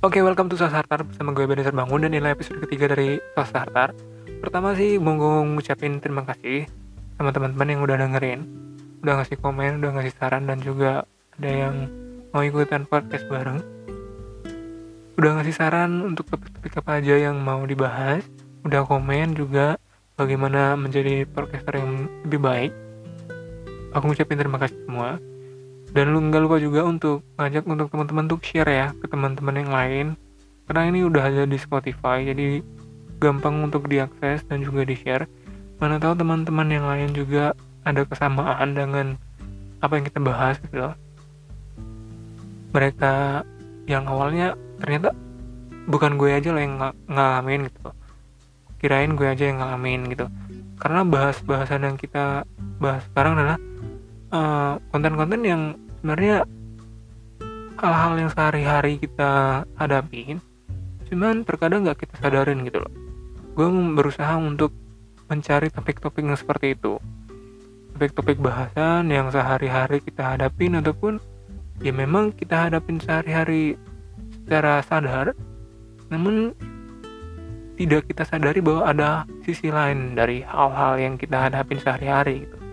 Oke, welcome to Sasartar bersama gue Beneser Bangun dan inilah episode ketiga dari Sasartar. Pertama sih mau gue ngucapin terima kasih sama teman-teman yang udah dengerin, udah ngasih komen, udah ngasih saran dan juga ada yang mau ikutan podcast bareng. Udah ngasih saran untuk topik-topik apa aja yang mau dibahas, udah komen juga bagaimana menjadi podcaster yang lebih baik. Aku ngucapin terima kasih semua. Dan lu nggak lupa juga untuk ngajak untuk teman-teman untuk share ya ke teman-teman yang lain. Karena ini udah ada di Spotify, jadi gampang untuk diakses dan juga di-share. Mana tahu teman-teman yang lain juga ada kesamaan dengan apa yang kita bahas gitu loh. Mereka yang awalnya ternyata bukan gue aja loh yang ngalamin gitu loh. Kirain gue aja yang ngalamin gitu. Karena bahasan yang kita bahas sekarang adalah konten-konten yang sebenarnya hal-hal yang sehari-hari kita hadapin, cuman terkadang nggak kita sadarin gitu loh. Gue berusaha untuk mencari topik-topik yang seperti itu, topik-topik bahasan yang sehari-hari kita hadapin ataupun ya memang kita hadapin sehari-hari secara sadar, namun tidak kita sadari bahwa ada sisi lain dari hal-hal yang kita hadapin sehari-hari gitu.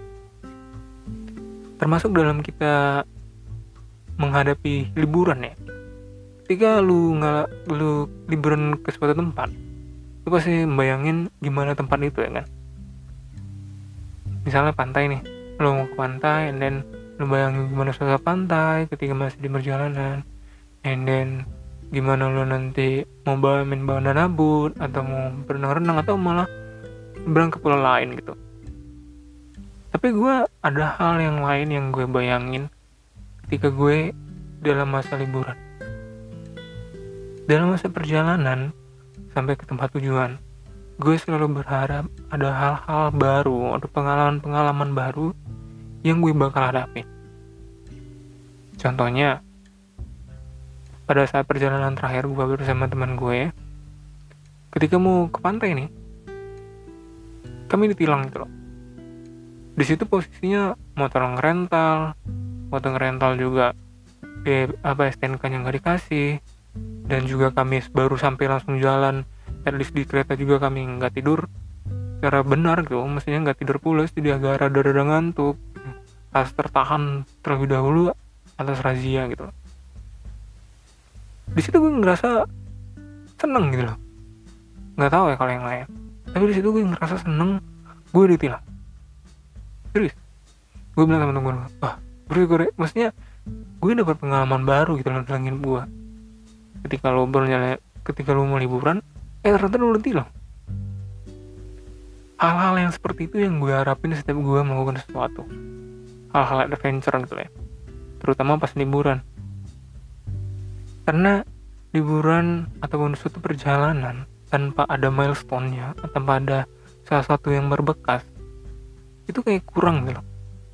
Termasuk dalam kita menghadapi liburan ya. Ketika lu liburan ke suatu tempat, lu pasti membayangin gimana tempat itu ya kan. Misalnya pantai nih, lu mau ke pantai, and then lu bayangin gimana suasana pantai ketika masih di perjalanan, and then gimana lu nanti mau main banana boat atau mau berenang-renang atau malah berangkat ke pulau lain gitu. Tapi gue ada hal yang lain yang gue bayangin ketika gue dalam masa liburan, dalam masa perjalanan sampai ke tempat tujuan. Gue selalu berharap ada hal-hal baru, ada pengalaman-pengalaman baru yang gue bakal hadapin. Contohnya, pada saat perjalanan terakhir gue bersama teman gue, ketika mau ke pantai nih, kami ditilang gitu loh. Di situ posisinya motor ngerental juga STNK-nya nggak dikasih, dan juga kami baru sampai langsung jalan. At least di kereta juga kami nggak tidur secara benar gitu, mestinya nggak tidur pulas, jadi agak rada-rada ngantuk. Harus tertahan terlebih dahulu atas razia gitu. Di situ gue ngerasa seneng gitu loh. Nggak tahu ya kalau yang lain, tapi di situ gue ngerasa seneng. Gue ditilang. Serius, gue bilang sama temen gue, bersyukur ya, maksudnya gue dapat pengalaman baru gitu loh dalam hidup gue. Ketika lo mau liburan, ternyata lo ditilang. Hal-hal yang seperti itu yang gue harapin setiap gue melakukan sesuatu, hal-hal adventure gitu ya, terutama pas liburan. Karena liburan ataupun suatu perjalanan tanpa ada milestone-nya, tanpa ada salah satu yang berbekas, itu kayak kurang gitu.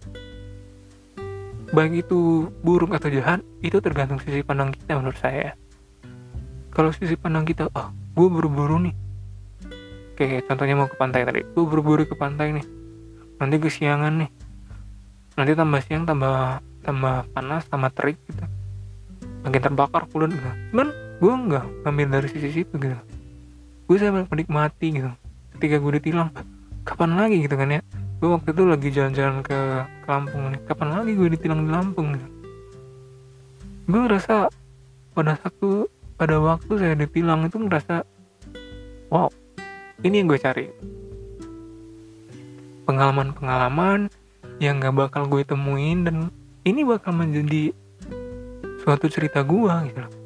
Baik itu buruk atau jahat, itu tergantung sisi pandang kita menurut saya. Kalau sisi pandang kita, gue buru-buru nih, kayak contohnya mau ke pantai tadi, gue buru-buru ke pantai nih, nanti kesiangan nih, nanti tambah siang tambah panas, tambah terik gitu, makin terbakar kulit gitu. Cuman gue nggak ngambil dari sisi situ gitu, gue sambil menikmati gitu. Ketika gue ditilang, kapan lagi gitu kan ya, gue waktu itu lagi jalan-jalan ke Lampung nih, kapan lagi gue ditilang di Lampung gitu. Gue ngerasa pada waktu saya ditilang itu ngerasa, wow, ini yang gue cari, pengalaman-pengalaman yang gak bakal gue temuin, dan ini bakal menjadi suatu cerita gue gitu loh.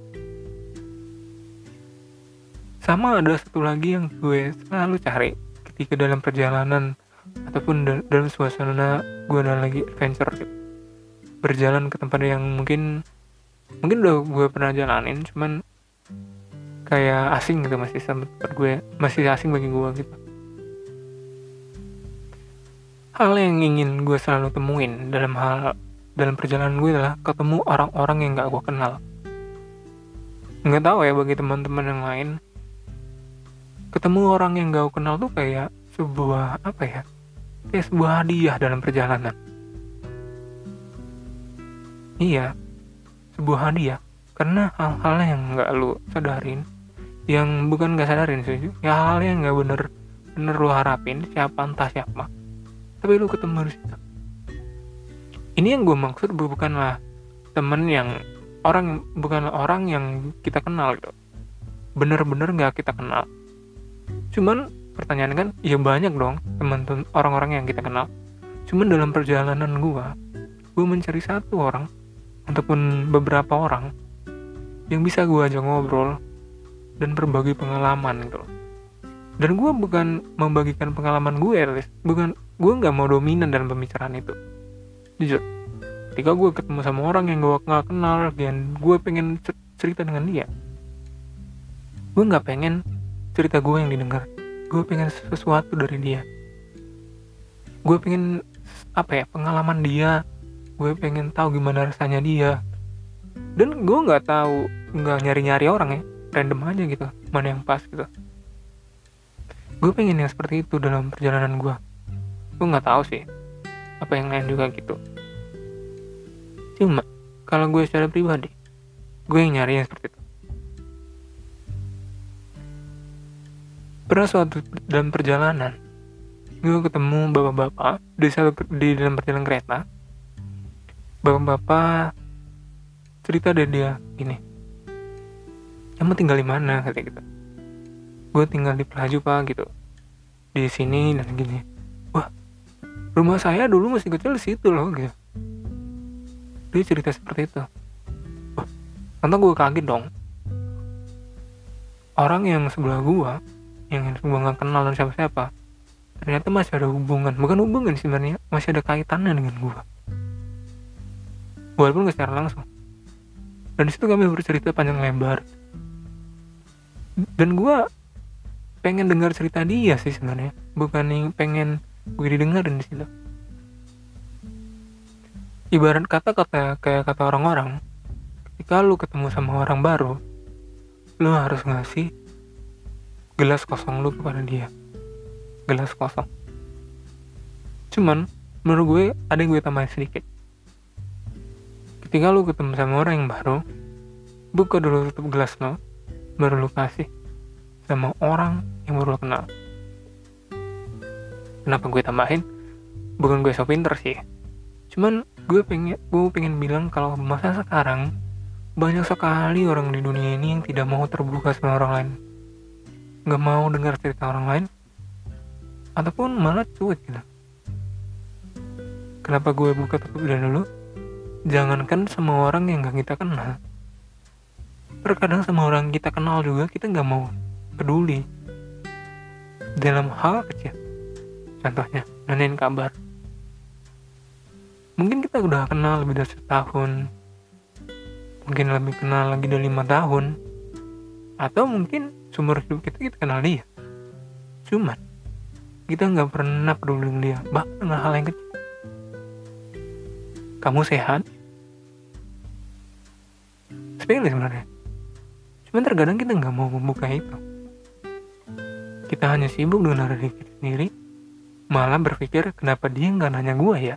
Sama ada satu lagi yang gue selalu cari ketika dalam perjalanan ataupun dalam suasana gue lagi adventure gitu. Berjalan ke tempat yang mungkin udah gue pernah jalanin, cuman kayak asing gitu, masih asing bagi gue gitu. Hal yang ingin gue selalu temuin dalam perjalanan gue adalah ketemu orang-orang yang gak gue kenal. Nggak tahu ya bagi teman-teman yang lain, ketemu orang yang gak gue kenal tuh kayak sebuah kayak sebuah hadiah dalam perjalanan. Iya, sebuah hadiah. Karena hal-hal yang nggak lu sadarin, yang bukan nggak sadarin sih, ya hal yang nggak bener lu harapin entah siapa, tapi lu ketemu di situ. Ini yang gue maksud bukanlah temen yang bukanlah orang yang kita kenal gitu, bener-bener nggak kita kenal. Cuman pertanyaan kan, ya banyak dong teman orang-orang yang kita kenal. Cuman dalam perjalanan gue mencari satu orang ataupun beberapa orang yang bisa gue ajak ngobrol dan berbagi pengalaman gitu. Dan gue bukan membagikan pengalaman gue, gue nggak mau dominan dalam pembicaraan itu. Jujur, ketika gue ketemu sama orang yang gue nggak kenal dan gue pengen cerita dengan dia, gue nggak pengen cerita gue yang didengar, gue pengen sesuatu dari dia. Gue pengen pengalaman dia, gue pengen tahu gimana rasanya dia. Dan gue nggak nyari orang ya, random aja gitu, mana yang pas gitu. Gue pengen yang seperti itu dalam perjalanan gue nggak tahu sih apa yang lain juga gitu. Cuma kalau gue secara pribadi, gue yang nyari yang seperti itu. Pernah suatu dalam perjalanan, gue ketemu bapak-bapak di dalam perjalanan kereta. Bapak-bapak cerita dari dia gini, kamu tinggal di mana, katanya gitu. Gue tinggal di Pelaju Pak gitu, di sini dan gini. Wah, rumah saya dulu masih kecil di situ loh gitu. Dia cerita seperti itu. Wah, tentu gue kaget dong. Orang yang sebelah gue, yang gue gak kenal dan siapa-siapa, ternyata masih ada hubungan. Bukan hubungan sebenarnya, masih ada kaitannya dengan gue, walaupun gak secara langsung. Dan disitu kami bercerita panjang lebar. Dan gue pengen dengar cerita dia sih sebenarnya, bukan yang pengen gue didengarin di situ. Ibarat kayak kata orang-orang, ketika lu ketemu sama orang baru, lu harus ngasih gelas kosong lu kepada dia, gelas kosong. Cuman menurut gue ada yang gue tambahin sedikit. Ketika lu ketemu sama orang yang baru, buka dulu tutup gelas lo, baru lu kasih sama orang yang baru lo kenal. Kenapa gue tambahin? Bukan gue so pinter sih, cuman gue pengen bilang kalau masa sekarang banyak sekali orang di dunia ini yang tidak mau terbuka sama orang lain, gak mau dengar cerita orang lain, ataupun malah cuek gitu. Kenapa gue buka tutup dulu? Jangankan sama orang yang gak kita kenal, terkadang sama orang kita kenal juga kita gak mau peduli dalam hal kecil. Contohnya nanyain kabar. Mungkin kita udah kenal lebih dari setahun, mungkin lebih kenal lagi dari 5 tahun, atau mungkin seumur hidup kita kenal dia, cuman kita gak pernah peduli dengan dia, bahkan dengan hal yang kecil. Kamu sehat? Sepele sebenarnya, cuman terkadang kita gak mau membuka itu. Kita hanya sibuk dengan diri kita sendiri, malah berpikir kenapa dia gak nanya gue ya.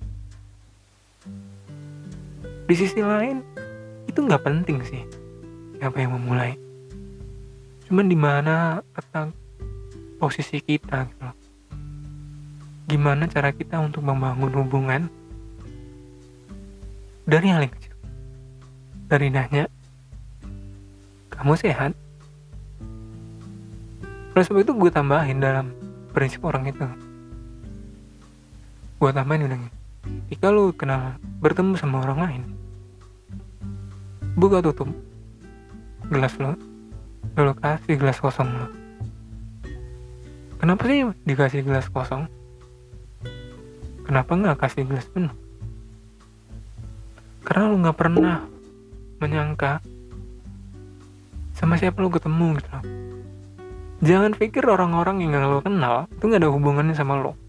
Di sisi lain itu gak penting sih siapa yang memulai, cuman dimana letak posisi kita gitu. Gimana cara kita untuk membangun hubungan dari hal yang kecil, dari nanya kamu sehat. Oleh sebab itu gue tambahin dalam prinsip orang itu, gue tambahin bilang, ketika lu bertemu sama orang lain, buka tutup gelas lo, lalu kasih gelas kosong lo. Kenapa sih dikasih gelas kosong? Kenapa gak kasih gelas penuh? Karena lu gak pernah menyangka sama siapa lu ketemu gitu loh. Jangan pikir orang-orang yang gak lu kenal itu gak ada hubungannya sama lo.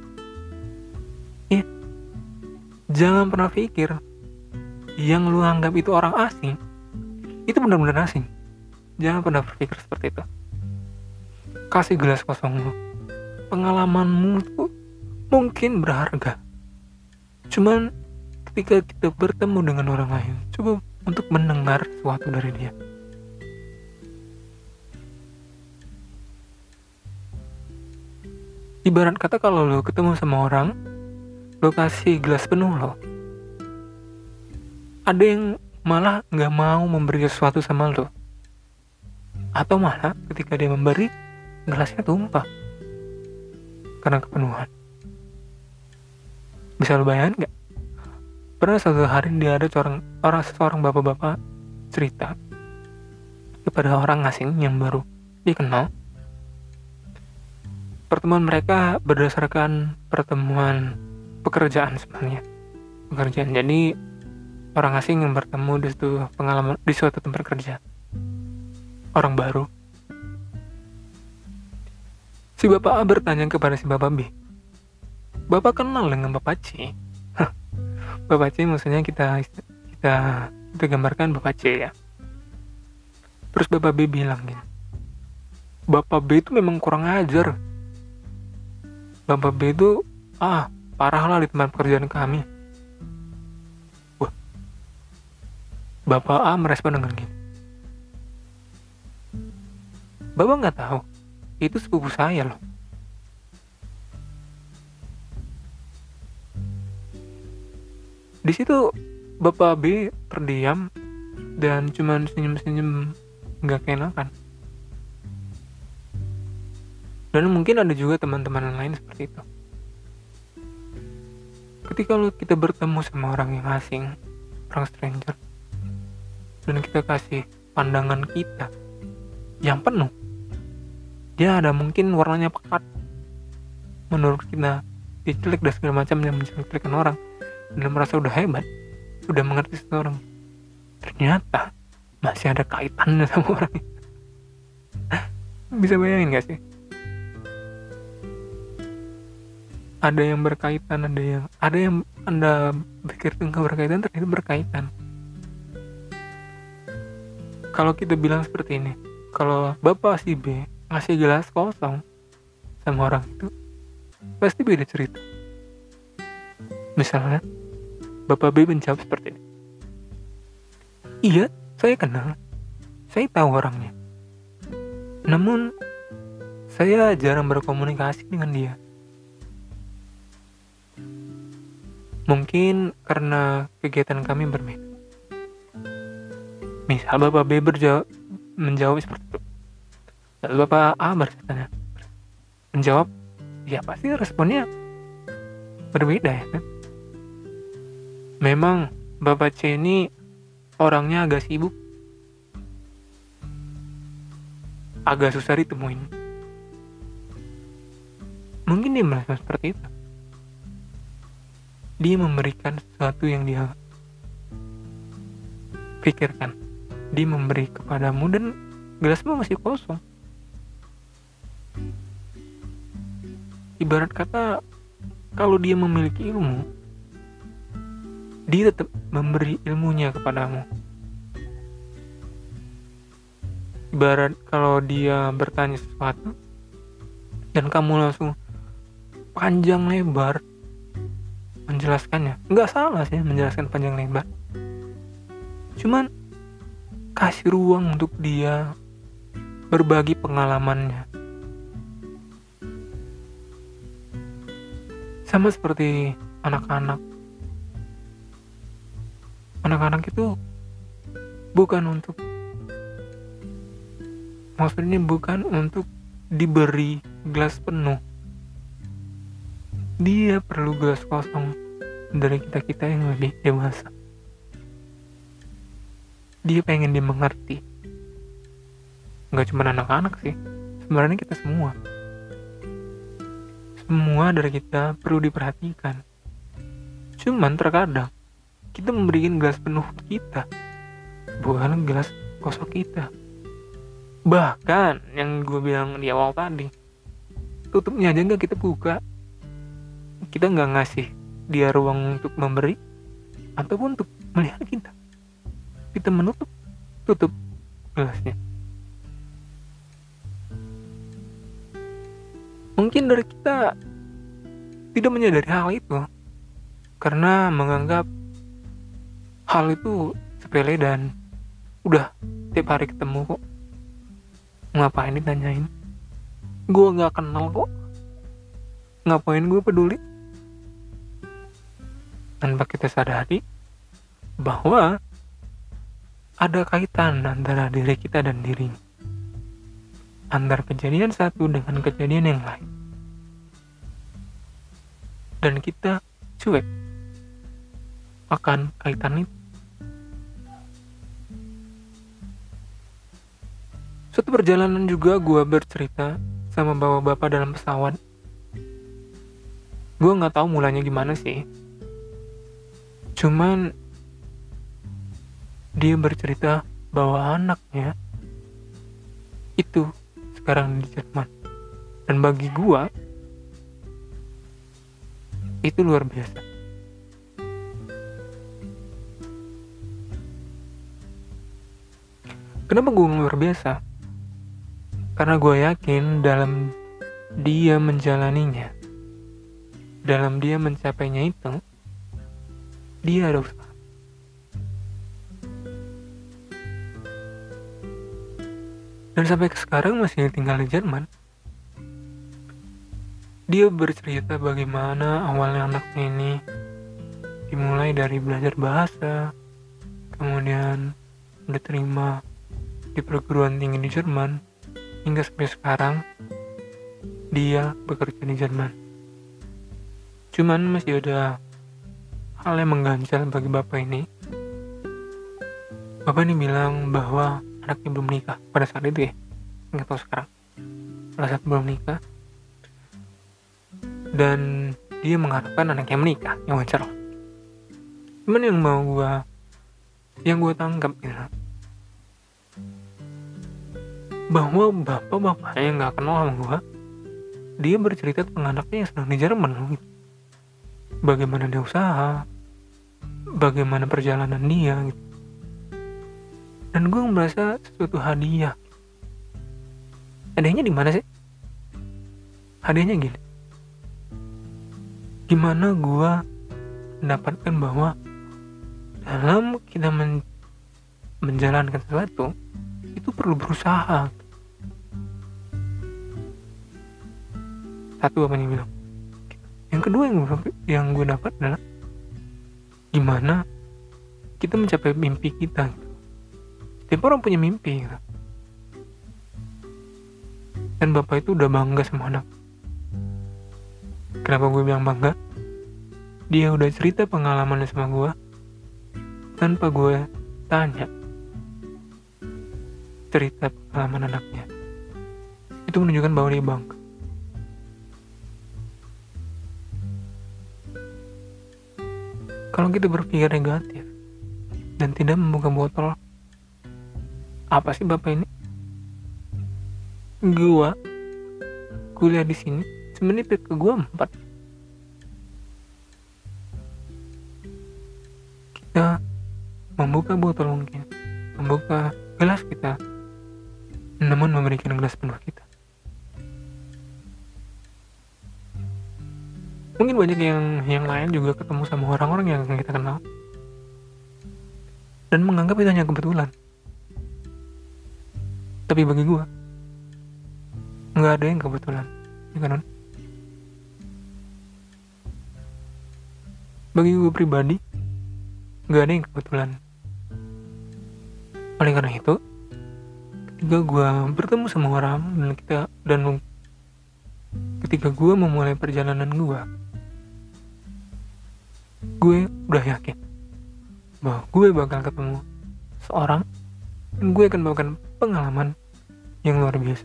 Iya, jangan pernah pikir yang lu anggap itu orang asing itu benar-benar asing. Jangan pernah berpikir seperti itu. Kasih gelas kosong lu. Pengalamanmu itu mungkin berharga, cuman ketika kita bertemu dengan orang lain, coba untuk mendengar sesuatu dari dia. Ibarat kata kalau lo ketemu sama orang, lo kasih gelas penuh lo, ada yang malah gak mau memberi sesuatu sama lo, atau malah ketika dia memberi, gelasnya tumpah karena kepenuhan. Bisa lo bayangin gak? Pernah suatu hari dia ada seorang bapak-bapak cerita kepada orang asing yang baru dikenal. Pertemuan mereka berdasarkan pertemuan pekerjaan sebenarnya. Pekerjaan. Jadi orang asing yang bertemu di suatu tempat kerja. Orang baru. Si Bapak A bertanya kepada si Bapak B, Bapak kenal dengan Bapak C? Bapak C maksudnya kita gambarkan Bapak C ya. Terus Bapak B bilang gini, Bapak B itu memang kurang ajar. Bapak B itu parah lah di tempat pekerjaan kami. Wah. Bapak A merespon dengan gini, Bapak nggak tahu, itu sepupu saya loh. Di situ Bapak B terdiam dan cuman senyum-senyum nggak keenakan. Dan mungkin ada juga teman-teman lain seperti itu. Ketika kita bertemu sama orang yang asing, orang stranger, dan kita kasih pandangan kita yang penuh, dia ada mungkin warnanya pekat, menurut kita dia jelek dan segala macam yang menjelek-jelekan orang, dan merasa udah hebat, udah mengerti seseorang, ternyata masih ada kaitannya sama orang itu. Bisa bayangin gak sih? Ada yang berkaitan, ada yang Anda pikir itu nggak berkaitan, ternyata berkaitan. Kalau kita bilang seperti ini, kalau Bapak si B ngasih gelas kosong sama orang itu, pasti beda cerita. Misalnya Bapak B menjawab seperti ini, iya, saya kenal, saya tahu orangnya, namun saya jarang berkomunikasi dengan dia. Mungkin karena kegiatan kami berbeda. Misal Bapak B menjawab seperti itu. Lalu Bapak A bertanya, menjawab, ya pasti responnya berbeda ya kan. Memang Bapak C ini orangnya agak sibuk, agak susah ditemuin. Mungkin dia merasa seperti itu. Dia memberikan sesuatu yang dia pikirkan. Dia memberi kepadamu dan gelasmu masih kosong. Ibarat kata, kalau dia memiliki ilmu, dia tetap memberi ilmunya kepadamu. Ibarat kalau dia bertanya sesuatu dan kamu langsung panjang lebar menjelaskannya. Nggak salah sih menjelaskan panjang lebar, cuman kasih ruang untuk dia berbagi pengalamannya. Sama seperti anak-anak itu bukan untuk diberi gelas penuh. Dia perlu gelas kosong dari kita yang lebih dewasa. Dia pengen dimengerti. Gak cuma anak-anak sih, sebenarnya kita semua dari kita perlu diperhatikan. Cuman terkadang kita memberikan gelas penuh kita, bukan gelas kosong kita. Bahkan yang gue bilang di awal tadi, tutupnya aja gak kita buka. Kita gak ngasih dia ruang untuk memberi ataupun untuk melihat kita. Kita tutup gelasnya. Mungkin dari kita tidak menyadari hal itu karena menganggap hal itu sepele dan udah tiap hari ketemu kok. Ngapain ditanyain? Gue nggak kenal kok. Ngapain gue peduli? Tanpa kita sadari bahwa ada kaitan antara diri kita dan dirinya, antara kejadian satu dengan kejadian yang lain, dan kita cuek akan kaitan itu. Suatu perjalanan juga gue bercerita sama bapak-bapak dalam pesawat. Gue nggak tahu mulanya gimana sih. Cuman dia bercerita bahwa anaknya itu sekarang di Jerman. Dan bagi gue itu luar biasa. Kenapa gue luar biasa? Karena gue yakin dalam dia menjalaninya, dalam dia mencapainya itu, dia ada usaha. Dan sampai sekarang masih tinggal di Jerman. Dia bercerita bagaimana awalnya anaknya ini dimulai dari belajar bahasa, kemudian diterima di perguruan tinggi di Jerman, hingga sampai sekarang dia bekerja di Jerman. Cuman masih ada hal yang mengganjal bagi bapak ini. Bapak ini bilang bahwa anaknya belum nikah pada saat itu ya, nggak tahu sekarang. Pada saat belum nikah, dan dia mengharapkan anaknya menikah, yang wajar. Cuman yang gue tangkap gitu, bahwa bapak-bapaknya yang nggak kenal sama gue, dia bercerita tentang anaknya yang sedang di Jerman gitu. Bagaimana dia usaha, bagaimana perjalanan dia gitu. Dan gue merasa suatu hadiah. Hadiahnya di mana sih? Hadiahnya gini. Gimana gue mendapatkan bahwa dalam kita menjalankan sesuatu itu perlu berusaha. Satu apa yang bilang. Yang kedua yang gue dapat adalah gimana kita mencapai mimpi kita gitu. Setiap orang punya mimpi gitu. Dan bapak itu udah bangga sama anak. Kenapa gue bilang bangga? Dia udah cerita pengalamannya sama gue tanpa gue tanya cerita pengalaman anaknya. Itu menunjukkan bahwa dia bangga. Kalau kita berpikir negatif dan tidak membuka botol, apa sih bapak ini? Gua kuliah di sini sebenarnya ke gua 4. Kita membuka botol mungkin, membuka gelas kita, namun memberikan gelas penuh kita. Mungkin banyak yang lain juga ketemu sama orang-orang yang kita kenal dan menganggap itu hanya kebetulan. Tapi bagi gue nggak ada yang kebetulan, ya kan? Bagi gue pribadi nggak ada yang kebetulan. Oleh karena itu, ketika gue bertemu sama orang dan ketika gue memulai perjalanan gue udah yakin bahwa gue bakal ketemu seorang dan gue akan membawakan pengalaman yang luar biasa.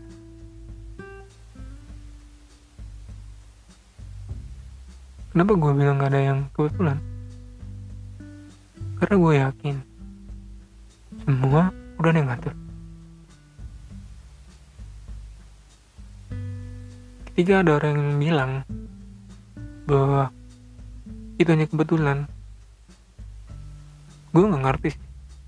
Kenapa gue bilang gak ada yang kebetulan? Karena gue yakin semua udah ada yang ngatur. Ketika ada orang yang bilang bahwa itu hanya kebetulan, gue gak ngerti sih.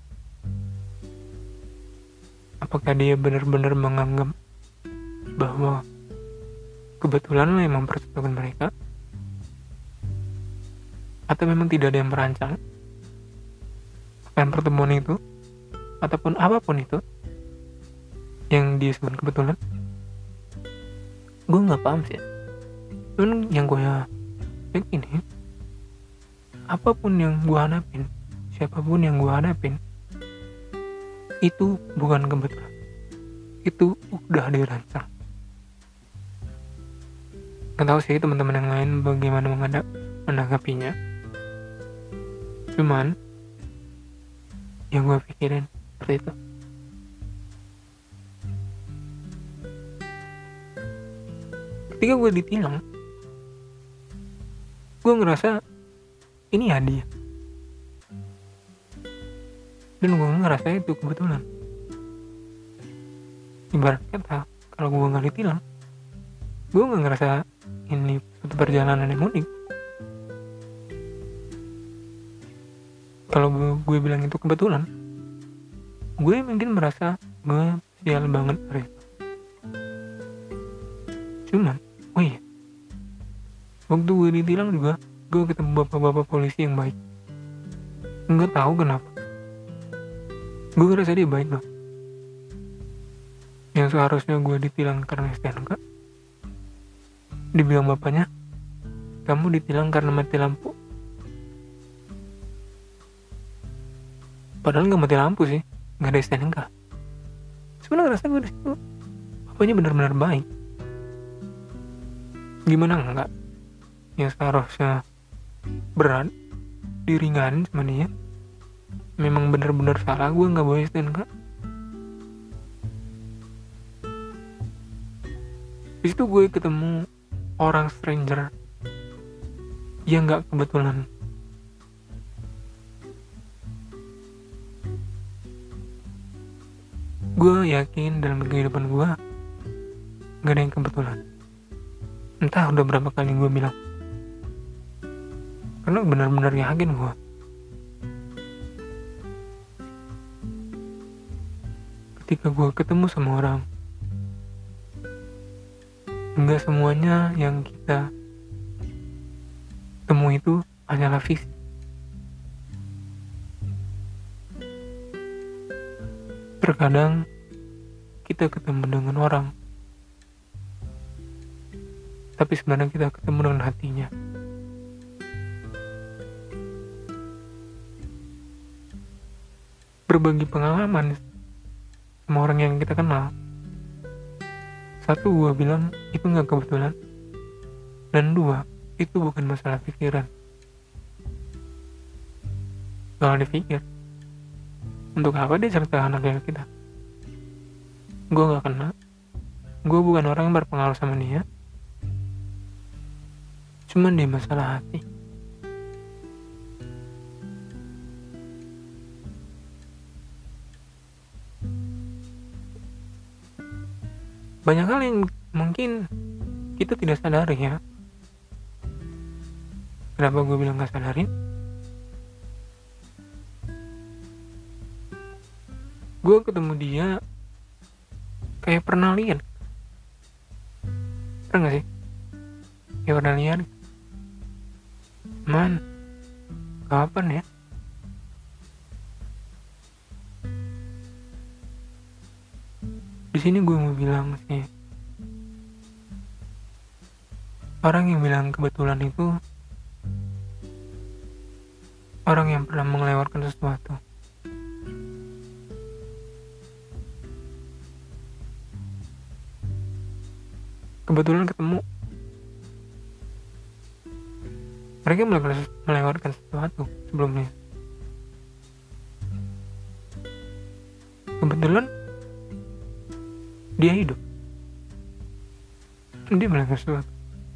Apakah dia benar-benar menganggap bahwa kebetulanlah yang mempersatukan mereka, atau memang tidak ada yang merancang? dan pertemuan itu ataupun apapun itu yang disebut kebetulan, gue nggak paham sih. Cuman yang gue yakini, apapun yang gue hadapin, siapapun yang gue hadapin, itu bukan kebetulan, itu udah dirancang. Gak tahu sih teman-teman yang lain bagaimana menanggapinya. Cuman yang gue pikirin seperti itu. Ketika gue ditilang, gue ngerasa ini hadiah, dan gue ngerasa itu kebetulan. Ibarat kata, kalau gue nggak ditilang, gue nggak ngerasa ini suatu perjalanan yang unik. Kalau gue bilang itu kebetulan, gue mungkin merasa gue sial banget hari itu. Cuman, oh iya, waktu gue ditilang juga, gue ketemu bapak-bapak polisi yang baik. Nggak tahu kenapa, gue ngerasa dia baik loh. Yang seharusnya gue ditilang karena STNK, dibilang bapaknya, kamu ditilang karena mati lampu. Padahal nggak mati lampu sih, nggak ada STNK. Sebenarnya rasa gue disitu, bapaknya benar-benar baik. Gimana enggak? Yang seharusnya berat, diringanin sama dia. Memang benar-benar salah gue nggak bawa STNK. Di situ gue ketemu orang stranger yang nggak kebetulan. Gue yakin dalam kehidupan gue gak ada yang kebetulan. Entah udah berapa kali gue bilang, karena benar-benar yakin gue. Ketika gue ketemu sama orang, gak semuanya yang kita temui itu hanyalah fisik. Terkadang kita ketemu dengan orang, tapi sebenarnya kita ketemu dengan hatinya. Berbagi pengalaman sama orang yang kita kenal. Satu, gue bilang itu gak kebetulan. Dan dua, itu bukan masalah pikiran. Kalau dipikir, untuk apa dia cerita anaknya kita? Gue gak kenal. Gue bukan orang yang berpengaruh sama dia. Cuman dia masalah hati. Banyak hal yang mungkin kita tidak sadari ya. Kenapa gue bilang gak sadarin? Gue ketemu dia kayak pernah lihat. Pernah gak sih? Kayak pernah lihat. Man, kapan ya? Di sini gue mau bilang sih, orang yang bilang kebetulan itu orang yang pernah melewatkan sesuatu. Kebetulan ketemu, mereka melewatkan sesuatu sebelumnya. Kebetulan dia hidup, dia melewatkan sesuatu.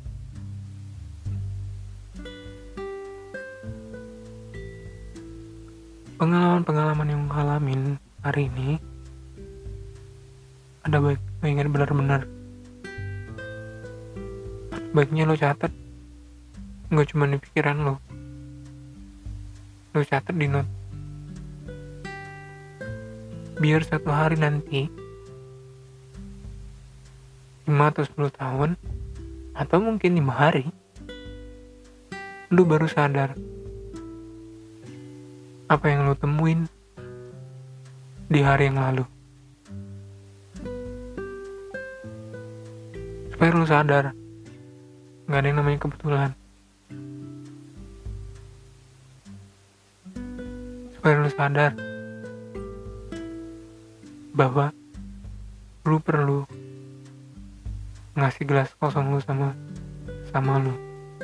Pengalaman-pengalaman yang gue alamin hari ini ada baiknya benar-benar. Baiknya lo catat, nggak cuma di pikiran lo catat di note. Biar satu hari nanti 5 atau 10 tahun atau mungkin 5 hari lu baru sadar apa yang lu temuin di hari yang lalu, supaya lu sadar gak ada yang namanya kebetulan, supaya lu sadar bahwa lu perlu ngasih gelas kosong lu sama lu.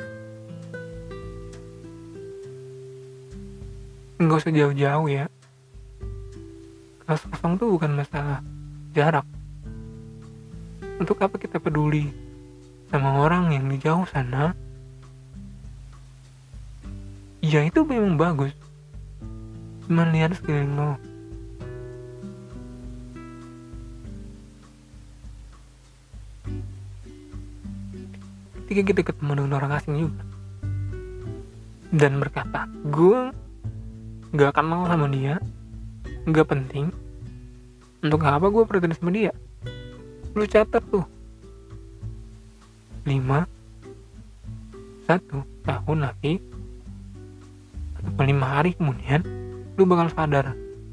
Nggak usah jauh-jauh ya, gelas kosong tuh bukan masalah jarak. Untuk apa kita peduli sama orang yang di jauh sana? Ya itu memang bagus, cuman lihat sekeliling lo. Ketika kita ketemu dengan orang asing juga dan berkata, gue gak kenal sama dia, gak penting, untuk apa gue perhatian sama dia? Lu catat tuh 1 tahun lagi atau 5 hari kemudian lu bakal sadar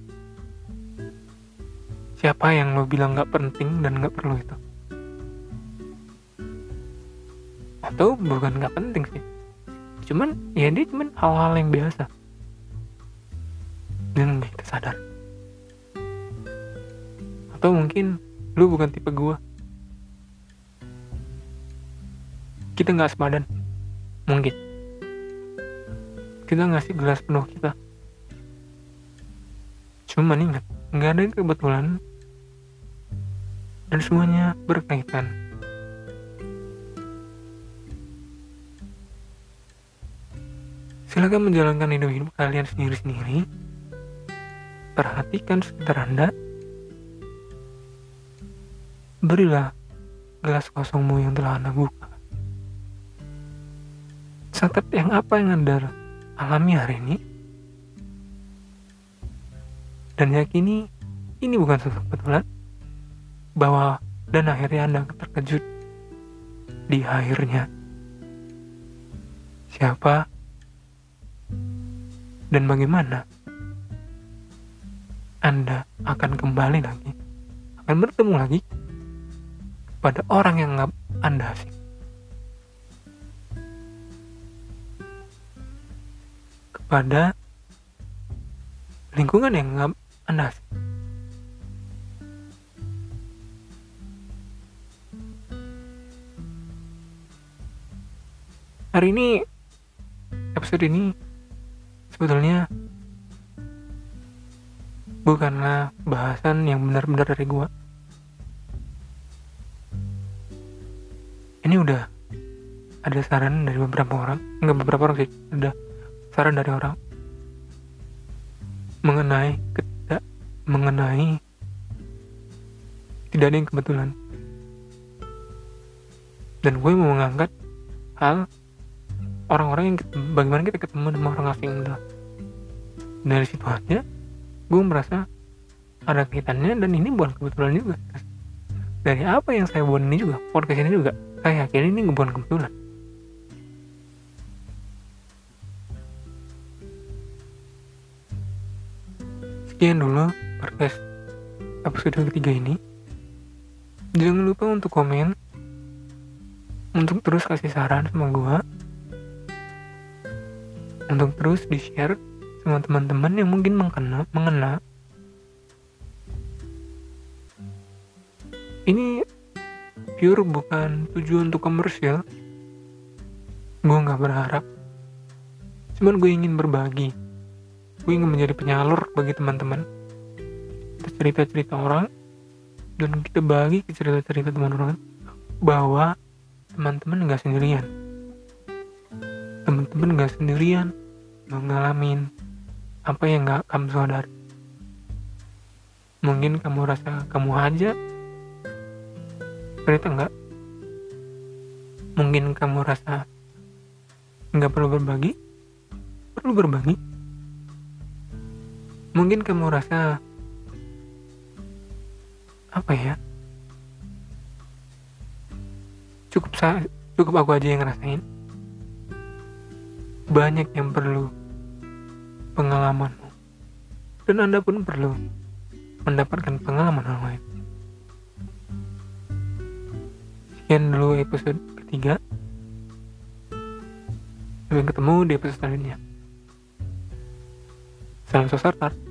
siapa yang lu bilang gak penting dan gak perlu itu. Atau bukan gak penting sih, cuman ya dia cuman hal-hal yang biasa dan gak kita sadar. Atau mungkin lu bukan tipe gua, kita gak sepadan, mungkin kita ngasih gelas penuh kita. Cuman ingat, gak ada yang kebetulan dan semuanya berkaitan. Silakan menjalankan hidup kalian sendiri-sendiri. Perhatikan sekitar Anda. Berilah gelas kosongmu yang telah Anda buka. Catat yang apa yang Anda alami hari ini. Dan yakini ini bukan suatu kebetulan. Bahwa dan akhirnya Anda terkejut di akhirnya. Siapa dan bagaimana Anda akan kembali lagi, akan bertemu lagi pada orang yang nggak Anda asing. Kepada lingkungan yang nggak Anda asing. Hari ini, episode ini sebetulnya bukanlah bahasan yang benar-benar dari gua. Ini udah ada saran dari beberapa orang, enggak beberapa orang sih, ada saran dari orang mengenai tidak ada yang kebetulan. Dan gue mau mengangkat hal orang-orang yang bagaimana kita ketemu sama orang asing itu. Dari situ aja gue merasa ada kaitannya dan ini bukan kebetulan juga. Dari apa yang saya buat ini juga, podcast ini juga, saya yakin ini bukan kebetulan. Sekian dulu podcast episode ketiga ini. Jangan lupa untuk komen, untuk terus kasih saran sama gue, untuk terus di-share sama teman-teman yang mungkin mengena. Ini pure bukan tujuan untuk komersial. Gue gak berharap. Cuman gue ingin berbagi. Gue ingin menjadi penyalur bagi teman-teman. Kita cerita-cerita orang dan kita bagi cerita-cerita teman-teman bahwa teman-teman gak sendirian. Teman-teman gak sendirian ngalamin apa yang gak kamu sadari. Mungkin kamu rasa kamu aja, ternyata enggak. Mungkin kamu rasa enggak perlu berbagi, perlu berbagi. Mungkin kamu rasa apa ya, cukup aku aja yang ngerasain. Banyak yang perlu pengalamanmu, dan Anda pun perlu mendapatkan pengalaman orang lain. Sekian dulu episode ketiga. Sampai ketemu di episode selanjutnya. Salam Sosartar.